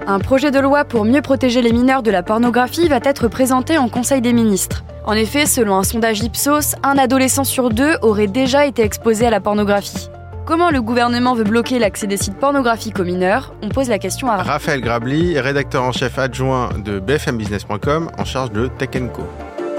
Un projet de loi pour mieux protéger les mineurs de la pornographie va être présenté en Conseil des ministres. En effet, selon un sondage Ipsos, un adolescent sur 2 aurait déjà été exposé à la pornographie. Comment le gouvernement veut bloquer l'accès des sites pornographiques aux mineurs ? On pose la question à Raphaël Grabli, rédacteur en chef adjoint de bfmbusiness.com en charge de Tech & Co.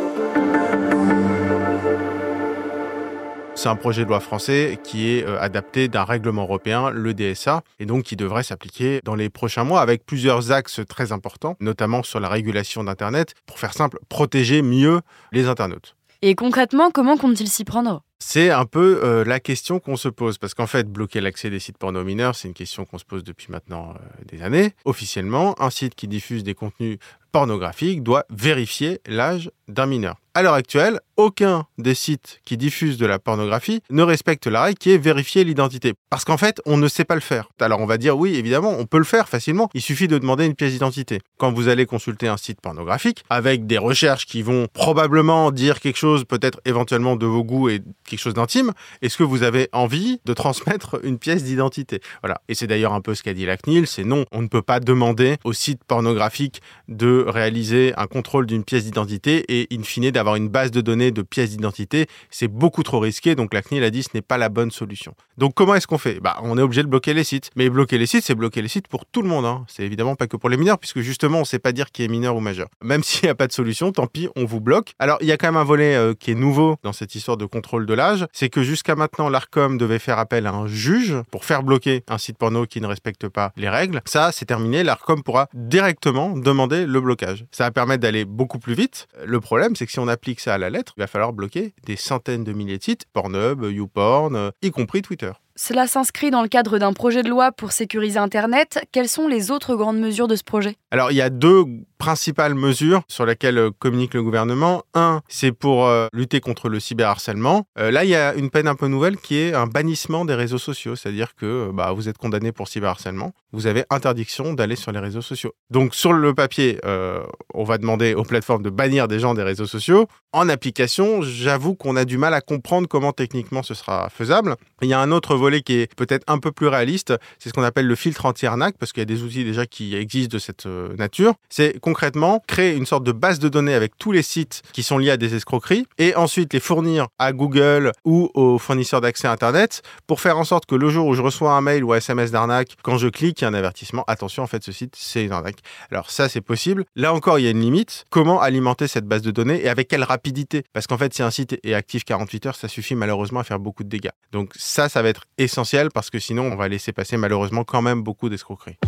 C'est un projet de loi français qui est adapté d'un règlement européen, le DSA, et donc qui devrait s'appliquer dans les prochains mois avec plusieurs axes très importants, notamment sur la régulation d'Internet, pour faire simple, protéger mieux les internautes. Et concrètement, comment compte-t-il s'y prendre ? C'est un peu la question qu'on se pose, parce qu'en fait, bloquer l'accès des sites porno mineurs, c'est une question qu'on se pose depuis maintenant des années. Officiellement, un site qui diffuse des contenus pornographiques doit vérifier l'âge d'un mineur. À l'heure actuelle, aucun des sites qui diffusent de la pornographie ne respecte la règle qui est vérifier l'identité. Parce qu'en fait, on ne sait pas le faire. Alors on va dire oui, évidemment, on peut le faire facilement. Il suffit de demander une pièce d'identité. Quand vous allez consulter un site pornographique, avec des recherches qui vont probablement dire quelque chose, peut-être éventuellement de vos goûts et quelque chose d'intime, est-ce que vous avez envie de transmettre une pièce d'identité ? Voilà. Et c'est d'ailleurs un peu ce qu'a dit la CNIL, c'est non, on ne peut pas demander aux sites pornographiques de réaliser un contrôle d'une pièce d'identité et in fine d'avoir une base de données de pièces d'identité. C'est beaucoup trop risqué, donc la CNIL a dit que ce n'est pas la bonne solution. Donc comment est-ce qu'on fait ? On est obligé de bloquer les sites. Mais bloquer les sites, c'est bloquer les sites pour tout le monde. C'est évidemment pas que pour les mineurs, puisque justement, on ne sait pas dire qui est mineur ou majeur. Même s'il n'y a pas de solution, tant pis, on vous bloque. Alors, il y a quand même un volet qui est nouveau dans cette histoire de contrôle de l'âge, c'est que jusqu'à maintenant, l'Arcom devait faire appel à un juge pour faire bloquer un site porno qui ne respecte pas les règles. Ça, c'est terminé. L'Arcom pourra directement demander le blocage. Ça va permettre d'aller beaucoup plus vite. Le problème, c'est que si on applique ça à la lettre, il va falloir bloquer des centaines de milliers de sites, Pornhub, YouPorn, y compris Twitter. Cela s'inscrit dans le cadre d'un projet de loi pour sécuriser Internet. Quelles sont les autres grandes mesures de ce projet ? Alors, il y a 2 principales mesures sur lesquelles communique le gouvernement. Un, c'est pour lutter contre le cyberharcèlement. Là, il y a une peine un peu nouvelle qui est un bannissement des réseaux sociaux. C'est-à-dire que vous êtes condamné pour cyberharcèlement. Vous avez interdiction d'aller sur les réseaux sociaux. Donc, sur le papier, on va demander aux plateformes de bannir des gens des réseaux sociaux. En application, j'avoue qu'on a du mal à comprendre comment techniquement ce sera faisable. Il y a un autre volet qui est peut-être un peu plus réaliste, c'est ce qu'on appelle le filtre anti-arnaque, parce qu'il y a des outils déjà qui existent de cette nature. C'est concrètement créer une sorte de base de données avec tous les sites qui sont liés à des escroqueries et ensuite les fournir à Google ou aux fournisseurs d'accès à Internet pour faire en sorte que le jour où je reçois un mail ou un SMS d'arnaque, quand je clique, il y a un avertissement. Attention, en fait, ce site, c'est une arnaque. Alors ça, c'est possible. Là encore, il y a une limite. Comment alimenter cette base de données et avec quelle rapidité ? Parce qu'en fait, si un site est actif 48 heures, ça suffit malheureusement à faire beaucoup de dégâts. Donc ça va être essentiel parce que sinon, on va laisser passer malheureusement quand même beaucoup d'escroqueries.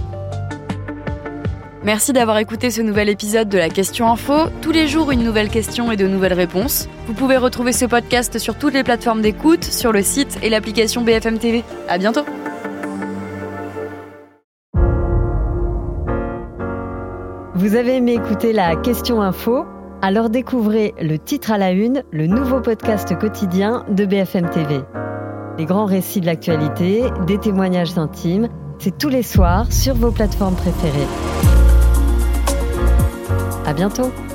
Merci d'avoir écouté ce nouvel épisode de la Question Info. Tous les jours, une nouvelle question et de nouvelles réponses. Vous pouvez retrouver ce podcast sur toutes les plateformes d'écoute, sur le site et l'application BFM TV. À bientôt. Vous avez aimé écouter la Question Info ? Alors découvrez le titre à la une, le nouveau podcast quotidien de BFM TV. Les grands récits de l'actualité, des témoignages intimes, c'est tous les soirs sur vos plateformes préférées. À bientôt.